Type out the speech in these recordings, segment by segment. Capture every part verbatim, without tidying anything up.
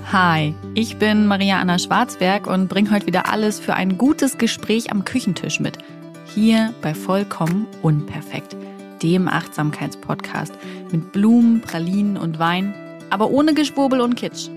Hi, ich bin Maria Anna Schwarzberg und bringe heute wieder alles für ein gutes Gespräch am Küchentisch mit. Hier bei Vollkommen Unperfekt, dem Achtsamkeitspodcast mit Blumen, Pralinen und Wein, aber ohne Geschwurbel und Kitsch.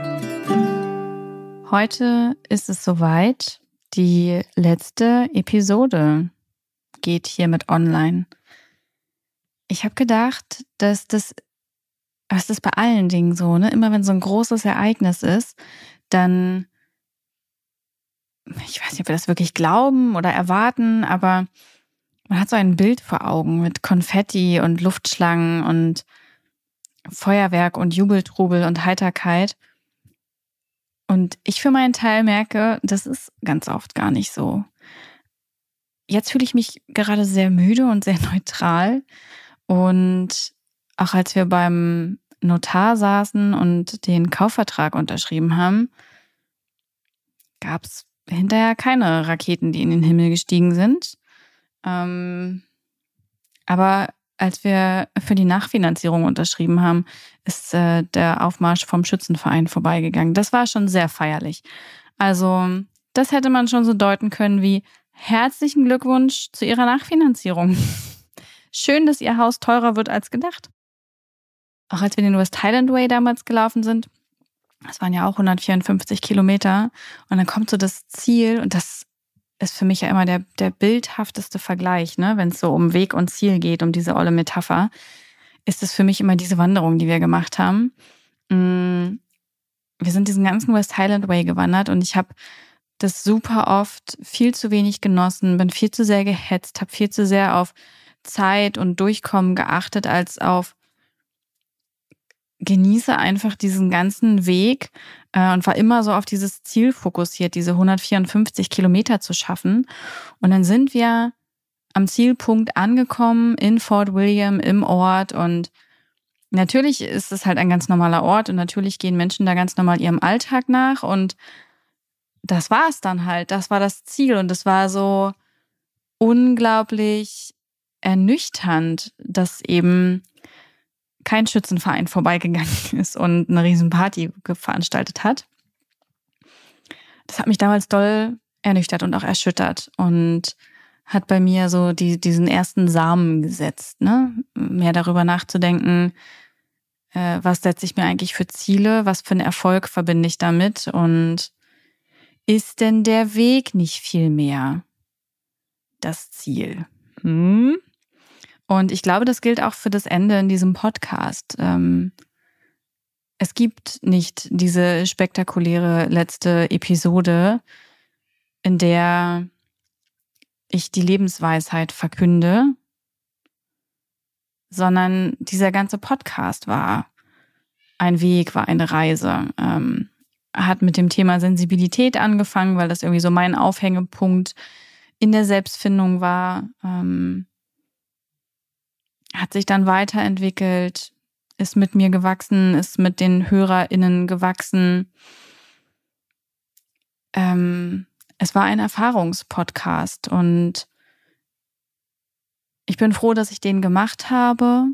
Heute ist es soweit, die letzte Episode geht hiermit online. Ich habe gedacht, dass das Aber es ist bei allen Dingen so, ne? Immer wenn so ein großes Ereignis ist, dann, ich weiß nicht, ob wir das wirklich glauben oder erwarten, aber man hat so ein Bild vor Augen mit Konfetti und Luftschlangen und Feuerwerk und Jubeltrubel und Heiterkeit. Und ich für meinen Teil merke, das ist ganz oft gar nicht so. Jetzt fühle ich mich gerade sehr müde und sehr neutral. Und auch als wir beim Notar saßen und den Kaufvertrag unterschrieben haben, gab es hinterher keine Raketen, die in den Himmel gestiegen sind. Ähm, aber als wir für die Nachfinanzierung unterschrieben haben, ist äh, der Aufmarsch vom Schützenverein vorbeigegangen. Das war schon sehr feierlich. Also das hätte man schon so deuten können wie: herzlichen Glückwunsch zu Ihrer Nachfinanzierung. Schön, dass Ihr Haus teurer wird als gedacht. Auch als wir den West Highland Way damals gelaufen sind, das waren ja auch hundertvierundfünfzig Kilometer, und dann kommt so das Ziel, und das ist für mich ja immer der, der bildhafteste Vergleich, ne? Wenn es so um Weg und Ziel geht, um diese olle Metapher, ist es für mich immer diese Wanderung, die wir gemacht haben. Wir sind diesen ganzen West Highland Way gewandert und ich habe das super oft viel zu wenig genossen, bin viel zu sehr gehetzt, habe viel zu sehr auf Zeit und Durchkommen geachtet, als auf genieße einfach diesen ganzen Weg äh, und war immer so auf dieses Ziel fokussiert, diese hundertvierundfünfzig Kilometer zu schaffen. Und dann sind wir am Zielpunkt angekommen in Fort William, im Ort. Und natürlich ist es halt ein ganz normaler Ort und natürlich gehen Menschen da ganz normal ihrem Alltag nach. Und das war es dann halt. Das war das Ziel. Und es war so unglaublich ernüchternd, dass eben kein Schützenverein vorbeigegangen ist und eine riesen Party veranstaltet hat. Das hat mich damals doll ernüchtert und auch erschüttert und hat bei mir so die, diesen ersten Samen gesetzt, ne? Mehr darüber nachzudenken, äh, was setze ich mir eigentlich für Ziele, was für einen Erfolg verbinde ich damit, und ist denn der Weg nicht viel mehr das Ziel? Hm? Und ich glaube, das gilt auch für das Ende in diesem Podcast. Es gibt nicht diese spektakuläre letzte Episode, in der ich die Lebensweisheit verkünde, sondern dieser ganze Podcast war ein Weg, war eine Reise. Ähm, hat mit dem Thema Sensibilität angefangen, weil das irgendwie so mein Aufhängepunkt in der Selbstfindung war. Ähm, hat sich dann weiterentwickelt, ist mit mir gewachsen, ist mit den HörerInnen gewachsen. Ähm, es war ein Erfahrungspodcast und ich bin froh, dass ich den gemacht habe.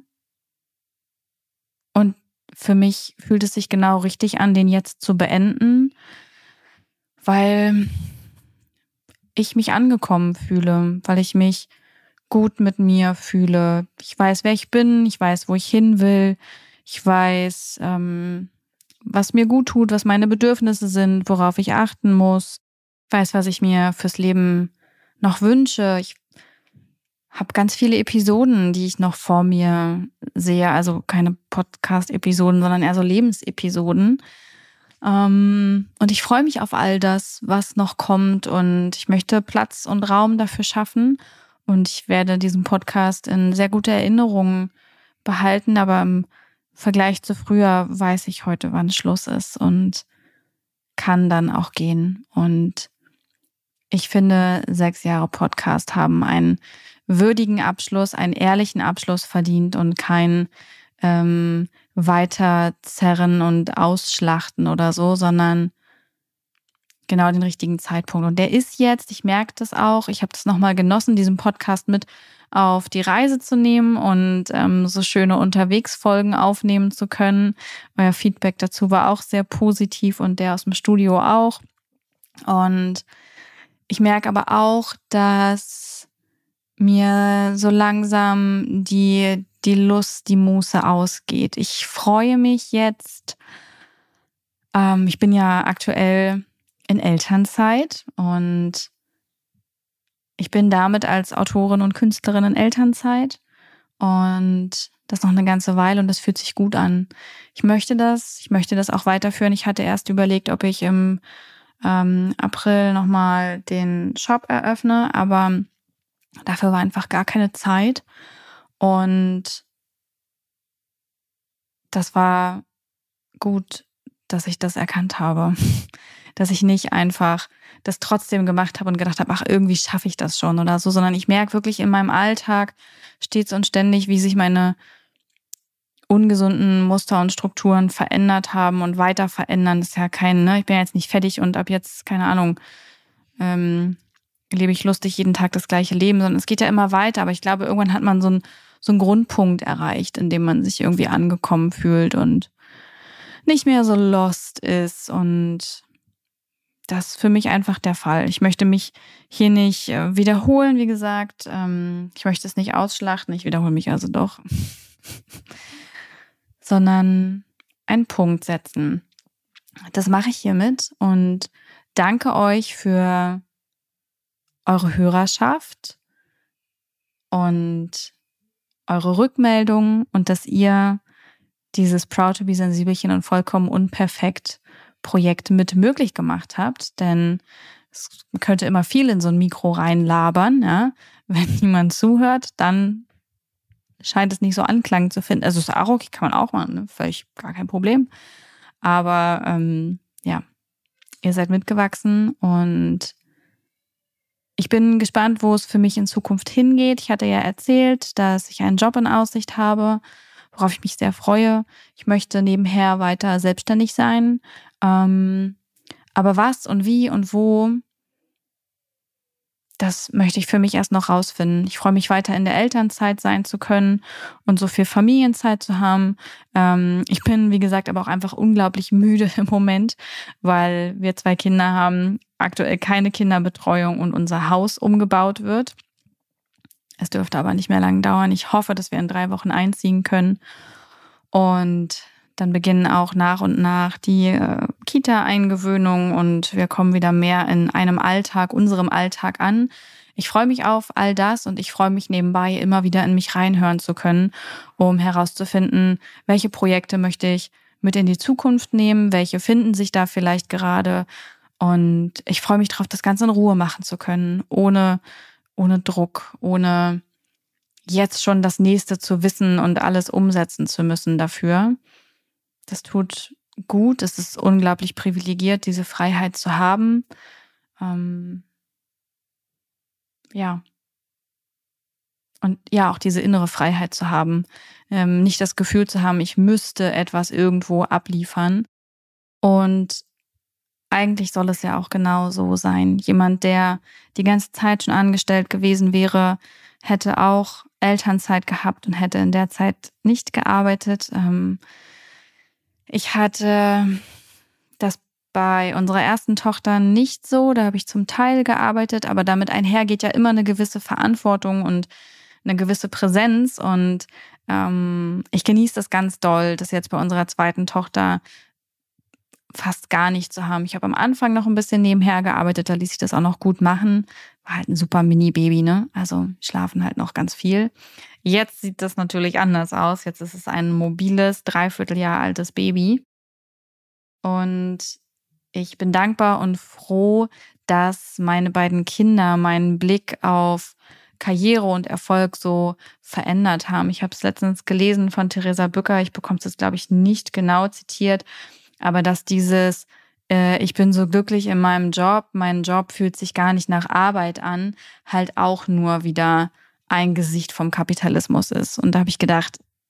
Und für mich fühlt es sich genau richtig an, den jetzt zu beenden, weil ich mich angekommen fühle, weil ich mich gut mit mir fühle. Ich weiß, wer ich bin, ich weiß, wo ich hin will, ich weiß, ähm, was mir gut tut, was meine Bedürfnisse sind, worauf ich achten muss. Ich weiß, was ich mir fürs Leben noch wünsche. Ich habe ganz viele Episoden, die ich noch vor mir sehe, also keine Podcast-Episoden, sondern eher so Lebensepisoden. Ähm, und ich freue mich auf all das, was noch kommt, und ich möchte Platz und Raum dafür schaffen. Und ich werde diesen Podcast in sehr guter Erinnerung behalten, aber im Vergleich zu früher weiß ich heute, wann Schluss ist, und kann dann auch gehen. Und ich finde, sechs Jahre Podcast haben einen würdigen Abschluss, einen ehrlichen Abschluss verdient und kein ähm, Weiterzerren und Ausschlachten oder so, sondern genau den richtigen Zeitpunkt. Und der ist jetzt, ich merke das auch, ich habe das nochmal genossen, diesen Podcast mit auf die Reise zu nehmen und ähm, so schöne Unterwegsfolgen aufnehmen zu können. Euer Feedback dazu war auch sehr positiv und der aus dem Studio auch. Und ich merke aber auch, dass mir so langsam die, die Lust, die Muße ausgeht. Ich freue mich jetzt. Ähm, ich bin ja aktuell in Elternzeit und ich bin damit als Autorin und Künstlerin in Elternzeit und das noch eine ganze Weile und das fühlt sich gut an. Ich möchte das, ich möchte das auch weiterführen. Ich hatte erst überlegt, ob ich im ähm, April nochmal den Shop eröffne, aber dafür war einfach gar keine Zeit und das war gut, dass ich das erkannt habe, dass ich nicht einfach das trotzdem gemacht habe und gedacht habe, ach, irgendwie schaffe ich das schon oder so, sondern ich merke wirklich in meinem Alltag stets und ständig, wie sich meine ungesunden Muster und Strukturen verändert haben und weiter verändern. Das ist ja kein, ne, ich bin ja jetzt nicht fertig und ab jetzt, keine Ahnung, ähm, lebe ich lustig jeden Tag das gleiche Leben, sondern es geht ja immer weiter. Aber ich glaube, irgendwann hat man so einen, so einen Grundpunkt erreicht, in dem man sich irgendwie angekommen fühlt und nicht mehr so lost ist. Und das ist für mich einfach der Fall. Ich möchte mich hier nicht wiederholen, wie gesagt. Ich möchte es nicht ausschlachten. Ich wiederhole mich also doch. Sondern einen Punkt setzen. Das mache ich hiermit und danke euch für eure Hörerschaft und eure Rückmeldungen und dass ihr dieses Proud to be Sensibelchen und vollkommen unperfekt Projekt mit möglich gemacht habt, denn es könnte immer viel in so ein Mikro reinlabern, ja. Wenn niemand zuhört, dann scheint es nicht so Anklang zu finden. Also ist auch okay, kann man auch machen, ne? Völlig gar kein Problem. Aber ähm, ja, ihr seid mitgewachsen und ich bin gespannt, wo es für mich in Zukunft hingeht. Ich hatte ja erzählt, dass ich einen Job in Aussicht habe, worauf ich mich sehr freue. Ich möchte nebenher weiter selbstständig sein. Ähm, aber was und wie und wo, das möchte ich für mich erst noch rausfinden. Ich freue mich weiter in der Elternzeit sein zu können und so viel Familienzeit zu haben. Ähm, ich bin, wie gesagt, aber auch einfach unglaublich müde im Moment, weil wir zwei Kinder haben, aktuell keine Kinderbetreuung und unser Haus umgebaut wird. Es dürfte aber nicht mehr lange dauern. Ich hoffe, dass wir in drei Wochen einziehen können. Und dann beginnen auch nach und nach die äh, Kita-Eingewöhnung und wir kommen wieder mehr in einem Alltag, unserem Alltag an. Ich freue mich auf all das und ich freue mich nebenbei immer wieder in mich reinhören zu können, um herauszufinden, welche Projekte möchte ich mit in die Zukunft nehmen, welche finden sich da vielleicht gerade. Und ich freue mich darauf, das Ganze in Ruhe machen zu können, ohne, ohne Druck, ohne jetzt schon das Nächste zu wissen und alles umsetzen zu müssen dafür. Das tut gut. Es ist unglaublich privilegiert, diese Freiheit zu haben. Ähm, ja. Und ja, auch diese innere Freiheit zu haben. Ähm, nicht das Gefühl zu haben, ich müsste etwas irgendwo abliefern. Und eigentlich soll es ja auch genau so sein. Jemand, der die ganze Zeit schon angestellt gewesen wäre, hätte auch Elternzeit gehabt und hätte in der Zeit nicht gearbeitet. Ähm, Ich hatte das bei unserer ersten Tochter nicht so, da habe ich zum Teil gearbeitet, aber damit einher geht ja immer eine gewisse Verantwortung und eine gewisse Präsenz und ähm, ich genieße das ganz doll, das jetzt bei unserer zweiten Tochter fast gar nicht zu haben. Ich habe am Anfang noch ein bisschen nebenher gearbeitet, da ließ sich das auch noch gut machen. War halt ein super Mini-Baby, ne? Also schlafen halt noch ganz viel. Jetzt sieht das natürlich anders aus. Jetzt ist es ein mobiles, dreiviertel Jahr altes Baby. Und ich bin dankbar und froh, dass meine beiden Kinder meinen Blick auf Karriere und Erfolg so verändert haben. Ich habe es letztens gelesen von Theresa Bücker. Ich bekomme es jetzt, glaube ich, nicht genau zitiert. Aber dass dieses, äh, ich bin so glücklich in meinem Job, mein Job fühlt sich gar nicht nach Arbeit an, halt auch nur wieder ein Gesicht vom Kapitalismus ist. Und da habe ich gedacht,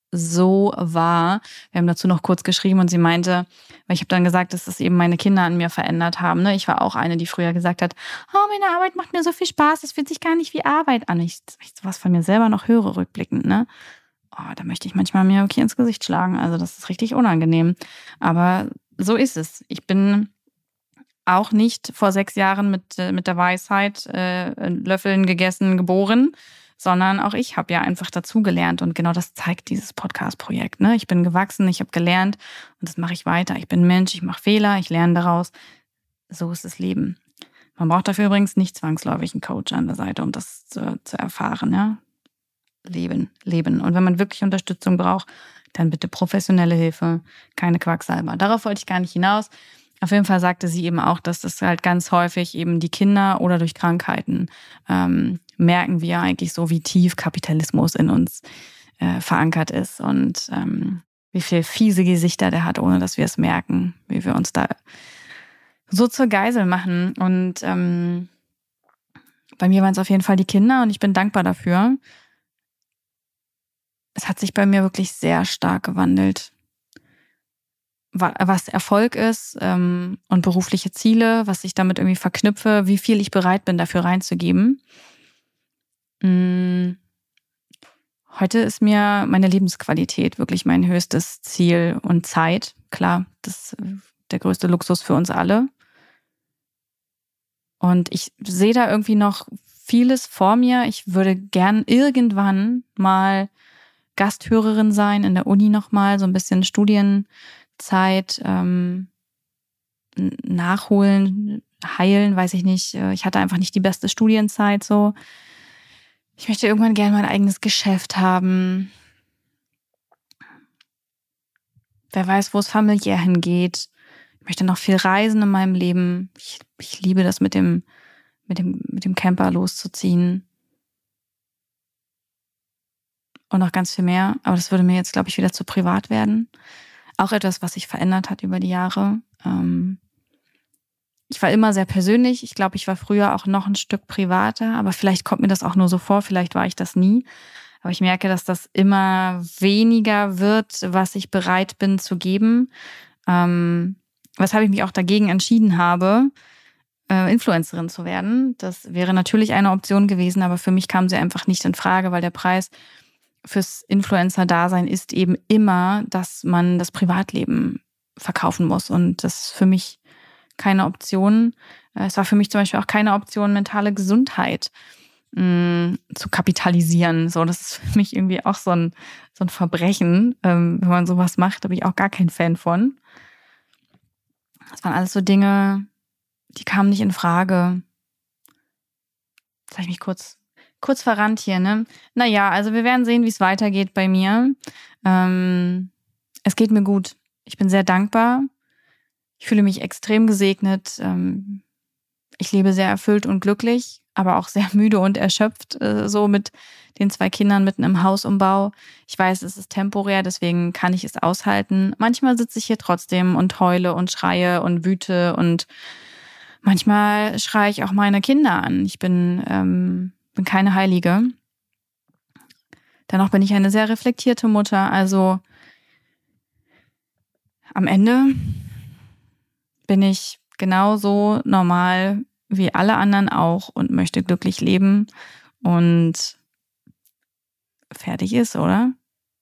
so wahr. Wir haben dazu noch kurz geschrieben und sie meinte, weil ich habe dann gesagt, dass das eben meine Kinder an mir verändert haben. Ne? Ich war auch eine, die früher gesagt hat, oh, meine Arbeit macht mir so viel Spaß, das fühlt sich gar nicht wie Arbeit an. Ich, ich sowas von mir selber noch höre rückblickend, ne? Oh, da möchte ich manchmal mir wirklich ins Gesicht schlagen. Also das ist richtig unangenehm. Aber so ist es. Ich bin auch nicht vor sechs Jahren mit, mit der Weisheit äh, Löffeln gegessen geboren, sondern auch ich habe ja einfach dazugelernt. Und genau das zeigt dieses Podcast-Projekt. Ne? Ich bin gewachsen, ich habe gelernt und das mache ich weiter. Ich bin Mensch, ich mache Fehler, ich lerne daraus. So ist das Leben. Man braucht dafür übrigens nicht zwangsläufig einen Coach an der Seite, um das zu, zu erfahren. Ja? Leben, leben. Und wenn man wirklich Unterstützung braucht, dann bitte professionelle Hilfe, keine Quacksalber. Darauf wollte ich gar nicht hinaus. Auf jeden Fall sagte sie eben auch, dass das halt ganz häufig eben die Kinder oder durch Krankheiten ähm, merken wir eigentlich so, wie tief Kapitalismus in uns äh, verankert ist und ähm, wie viel fiese Gesichter der hat, ohne dass wir es merken, wie wir uns da so zur Geisel machen. Und ähm, bei mir waren es auf jeden Fall die Kinder und ich bin dankbar dafür. Es hat sich bei mir wirklich sehr stark gewandelt. Was Erfolg ist ähm, und berufliche Ziele, was ich damit irgendwie verknüpfe, wie viel ich bereit bin, dafür reinzugeben. Mhm. Heute ist mir meine Lebensqualität wirklich mein höchstes Ziel und Zeit. Klar, das ist der größte Luxus für uns alle. Und ich sehe da irgendwie noch vieles vor mir. Ich würde gern irgendwann mal Gasthörerin sein, in der Uni nochmal, so ein bisschen Studienzeit ähm, nachholen, heilen, weiß ich nicht. Ich hatte einfach nicht die beste Studienzeit so. Ich möchte irgendwann gerne mein eigenes Geschäft haben. Wer weiß, wo es familiär hingeht. Ich möchte noch viel reisen in meinem Leben. Ich, ich liebe das, mit dem, mit dem, mit dem Camper loszuziehen. Und noch ganz viel mehr. Aber das würde mir jetzt, glaube ich, wieder zu privat werden. Auch etwas, was sich verändert hat über die Jahre. Ähm ich war immer sehr persönlich. Ich glaube, ich war früher auch noch ein Stück privater. Aber vielleicht kommt mir das auch nur so vor. Vielleicht war ich das nie. Aber ich merke, dass das immer weniger wird, was ich bereit bin zu geben. Ähm weshalb ich mich auch dagegen entschieden habe, äh, Influencerin zu werden. Das wäre natürlich eine Option gewesen. Aber für mich kam sie einfach nicht in Frage, weil der Preis fürs Influencer-Dasein ist eben immer, dass man das Privatleben verkaufen muss. Und das ist für mich keine Option. Es war für mich zum Beispiel auch keine Option, mentale Gesundheit mh, zu kapitalisieren. So, das ist für mich irgendwie auch so ein, so ein Verbrechen, ähm, wenn man sowas macht. Da bin ich auch gar kein Fan von. Das waren alles so Dinge, die kamen nicht in Frage. Jetzt habe ich mich kurz... Kurz verrannt hier, ne? Naja, also wir werden sehen, wie es weitergeht bei mir. Ähm, es geht mir gut. Ich bin sehr dankbar. Ich fühle mich extrem gesegnet. Ähm, ich lebe sehr erfüllt und glücklich, aber auch sehr müde und erschöpft, äh, so mit den zwei Kindern mitten im Hausumbau. Ich weiß, es ist temporär, deswegen kann ich es aushalten. Manchmal sitze ich hier trotzdem und heule und schreie und wüte und manchmal schreie ich auch meine Kinder an. Ich bin... Ähm, bin keine Heilige. Dennoch bin ich eine sehr reflektierte Mutter. Also am Ende bin ich genauso normal wie alle anderen auch und möchte glücklich leben und fertig ist, oder?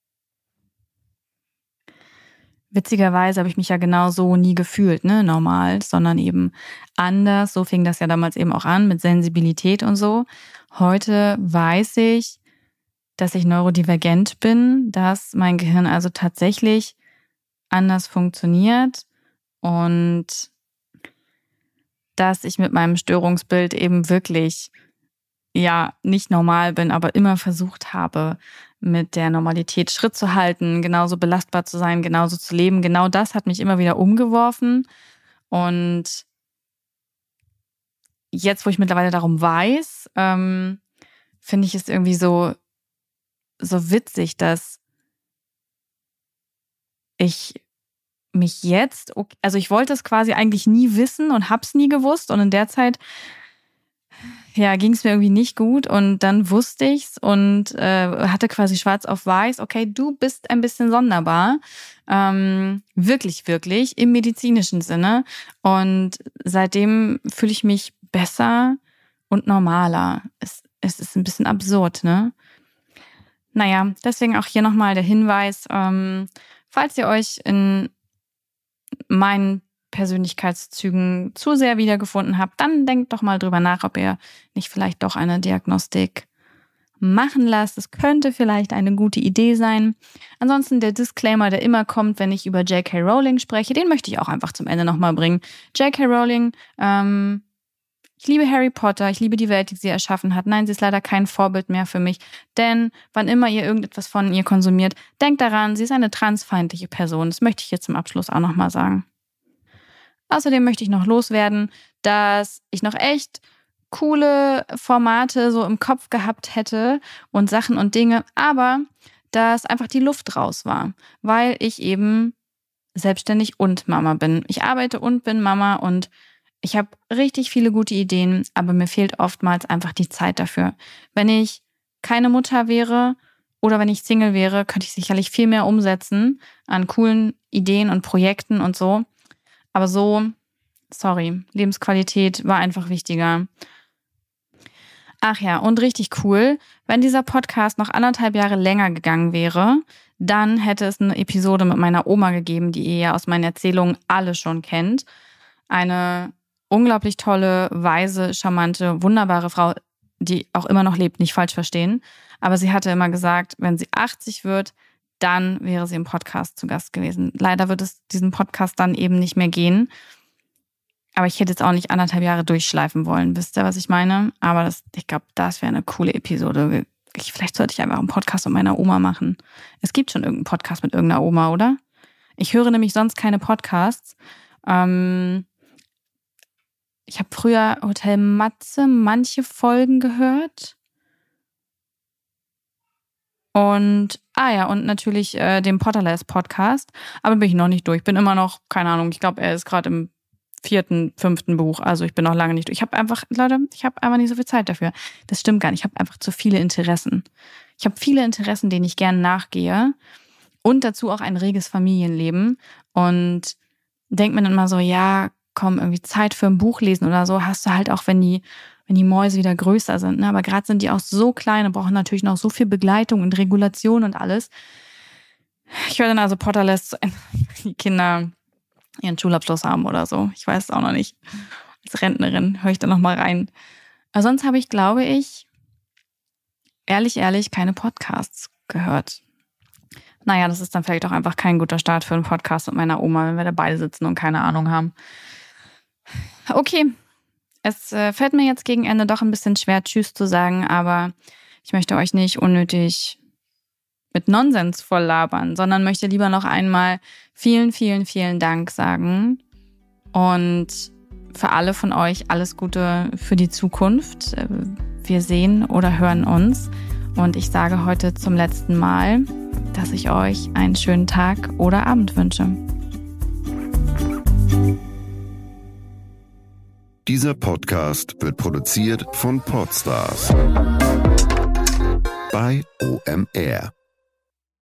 Witzigerweise habe ich mich ja genau so nie gefühlt, ne, normal, sondern eben anders. So fing das ja damals eben auch an mit Sensibilität und so. Heute weiß ich, dass ich neurodivergent bin, dass mein Gehirn also tatsächlich anders funktioniert und dass ich mit meinem Störungsbild eben wirklich, ja, nicht normal bin, aber immer versucht habe, mit der Normalität Schritt zu halten, genauso belastbar zu sein, genauso zu leben. Genau das hat mich immer wieder umgeworfen. Und jetzt, wo ich mittlerweile darum weiß, ähm, finde ich es irgendwie so, so witzig, dass ich mich jetzt, also ich wollte es quasi eigentlich nie wissen und hab's nie gewusst. Und in der Zeit, ja, ging es mir irgendwie nicht gut und dann wusste ich's und äh, hatte quasi schwarz auf weiß, okay, du bist ein bisschen sonderbar. Ähm, wirklich, wirklich, im medizinischen Sinne. Und seitdem fühle ich mich besser und normaler. Es, es ist ein bisschen absurd, ne? Naja, deswegen auch hier nochmal der Hinweis, ähm, falls ihr euch in meinen Persönlichkeitszügen zu sehr wiedergefunden habt, dann denkt doch mal drüber nach, ob ihr nicht vielleicht doch eine Diagnostik machen lasst. Es könnte vielleicht eine gute Idee sein. Ansonsten der Disclaimer, der immer kommt, wenn ich über J K. Rowling spreche, den möchte ich auch einfach zum Ende nochmal bringen. J K. Rowling, ähm, ich liebe Harry Potter, ich liebe die Welt, die sie erschaffen hat. Nein, sie ist leider kein Vorbild mehr für mich, denn wann immer ihr irgendetwas von ihr konsumiert, denkt daran, sie ist eine transfeindliche Person. Das möchte ich jetzt zum Abschluss auch nochmal sagen. Außerdem möchte ich noch loswerden, dass ich noch echt coole Formate so im Kopf gehabt hätte und Sachen und Dinge, aber dass einfach die Luft raus war, weil ich eben selbstständig und Mama bin. Ich arbeite und bin Mama und ich habe richtig viele gute Ideen, aber mir fehlt oftmals einfach die Zeit dafür. Wenn ich keine Mutter wäre oder wenn ich Single wäre, könnte ich sicherlich viel mehr umsetzen an coolen Ideen und Projekten und so. Aber so, sorry, Lebensqualität war einfach wichtiger. Ach ja, und richtig cool, wenn dieser Podcast noch anderthalb Jahre länger gegangen wäre, dann hätte es eine Episode mit meiner Oma gegeben, die ihr ja aus meinen Erzählungen alle schon kennt. Eine unglaublich tolle, weise, charmante, wunderbare Frau, die auch immer noch lebt, nicht falsch verstehen. Aber sie hatte immer gesagt, wenn sie achtzig wird, dann wäre sie im Podcast zu Gast gewesen. Leider wird es diesen Podcast dann eben nicht mehr gehen. Aber ich hätte jetzt auch nicht anderthalb Jahre durchschleifen wollen. Wisst ihr, was ich meine? Aber das, ich glaube, das wäre eine coole Episode. Ich, vielleicht sollte ich einfach einen Podcast mit meiner Oma machen. Es gibt schon irgendeinen Podcast mit irgendeiner Oma, oder? Ich höre nämlich sonst keine Podcasts. Ähm, ich habe früher Hotel Matze manche Folgen gehört. Und, ah ja, und natürlich äh, den Potterless Podcast. Aber bin ich noch nicht durch. Bin immer noch, keine Ahnung, ich glaube, er ist gerade im vierten, fünften Buch. Also ich bin noch lange nicht durch. Ich habe einfach, Leute, ich habe einfach nicht so viel Zeit dafür. Das stimmt gar nicht. Ich habe einfach zu viele Interessen. Ich habe viele Interessen, denen ich gerne nachgehe. Und dazu auch ein reges Familienleben. Und denkt mir dann immer so, ja, komm, irgendwie Zeit für ein Buch lesen oder so, hast du halt auch, wenn die, wenn die Mäuse wieder größer sind. Ne? Aber gerade sind die auch so klein und brauchen natürlich noch so viel Begleitung und Regulation und alles. Ich höre dann also Potterless, die Kinder ihren Schulabschluss haben oder so. Ich weiß es auch noch nicht. Als Rentnerin höre ich da noch mal rein. Aber sonst habe ich, glaube ich, ehrlich, ehrlich, keine Podcasts gehört. Naja, das ist dann vielleicht auch einfach kein guter Start für einen Podcast mit meiner Oma, wenn wir da beide sitzen und keine Ahnung haben. Okay, es äh, fällt mir jetzt gegen Ende doch ein bisschen schwer, Tschüss zu sagen, aber ich möchte euch nicht unnötig mit Nonsens voll labern, sondern möchte lieber noch einmal vielen, vielen, vielen Dank sagen und für alle von euch alles Gute für die Zukunft. Wir sehen oder hören uns und ich sage heute zum letzten Mal, dass ich euch einen schönen Tag oder Abend wünsche. Dieser Podcast wird produziert von Podstars bei O M R.